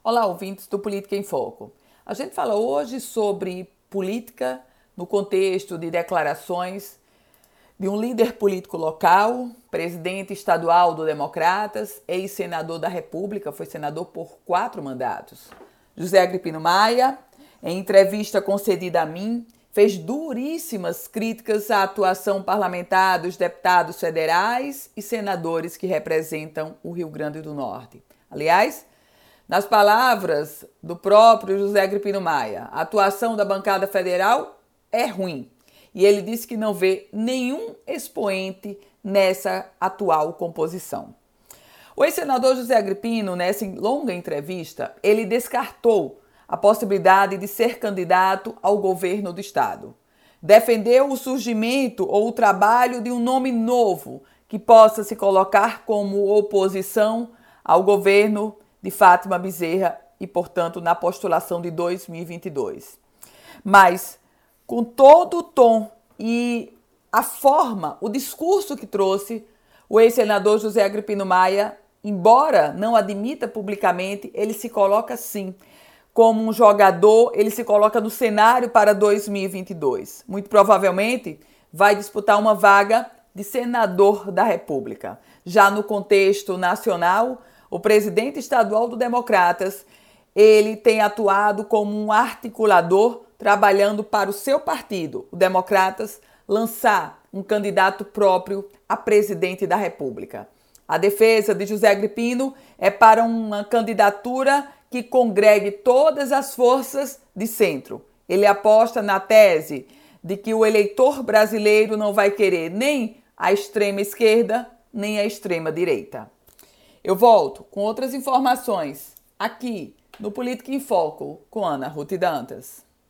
Olá, ouvintes do Política em Foco. A gente fala hoje sobre política no contexto de declarações de um líder político local, presidente estadual do Democratas, ex-senador da República, foi senador por 4 mandatos. José Agripino Maia, em entrevista concedida a mim, fez duríssimas críticas à atuação parlamentar dos deputados federais e senadores que representam o Rio Grande do Norte. Aliás, nas palavras do próprio José Agripino Maia, a atuação da bancada federal é ruim. E ele disse que não vê nenhum expoente nessa atual composição. O ex-senador José Agripino, nessa longa entrevista, ele descartou a possibilidade de ser candidato ao governo do estado. Defendeu o surgimento ou o trabalho de um nome novo que possa se colocar como oposição ao governo de Fátima Bezerra e, portanto, na postulação de 2022. Mas, com todo o tom e a forma, o discurso que trouxe, o ex-senador José Agripino Maia, embora não admita publicamente, ele se coloca sim como um jogador, ele se coloca no cenário para 2022. Muito provavelmente vai disputar uma vaga de senador da República. Já no contexto nacional, o presidente estadual do Democratas, ele tem atuado como um articulador, trabalhando para o seu partido, o Democratas, lançar um candidato próprio a presidente da República. A defesa de José Agripino é para uma candidatura que congregue todas as forças de centro. Ele aposta na tese de que o eleitor brasileiro não vai querer nem a extrema esquerda, nem a extrema direita. Eu volto com outras informações aqui no Política em Foco com Ana Ruth Dantas.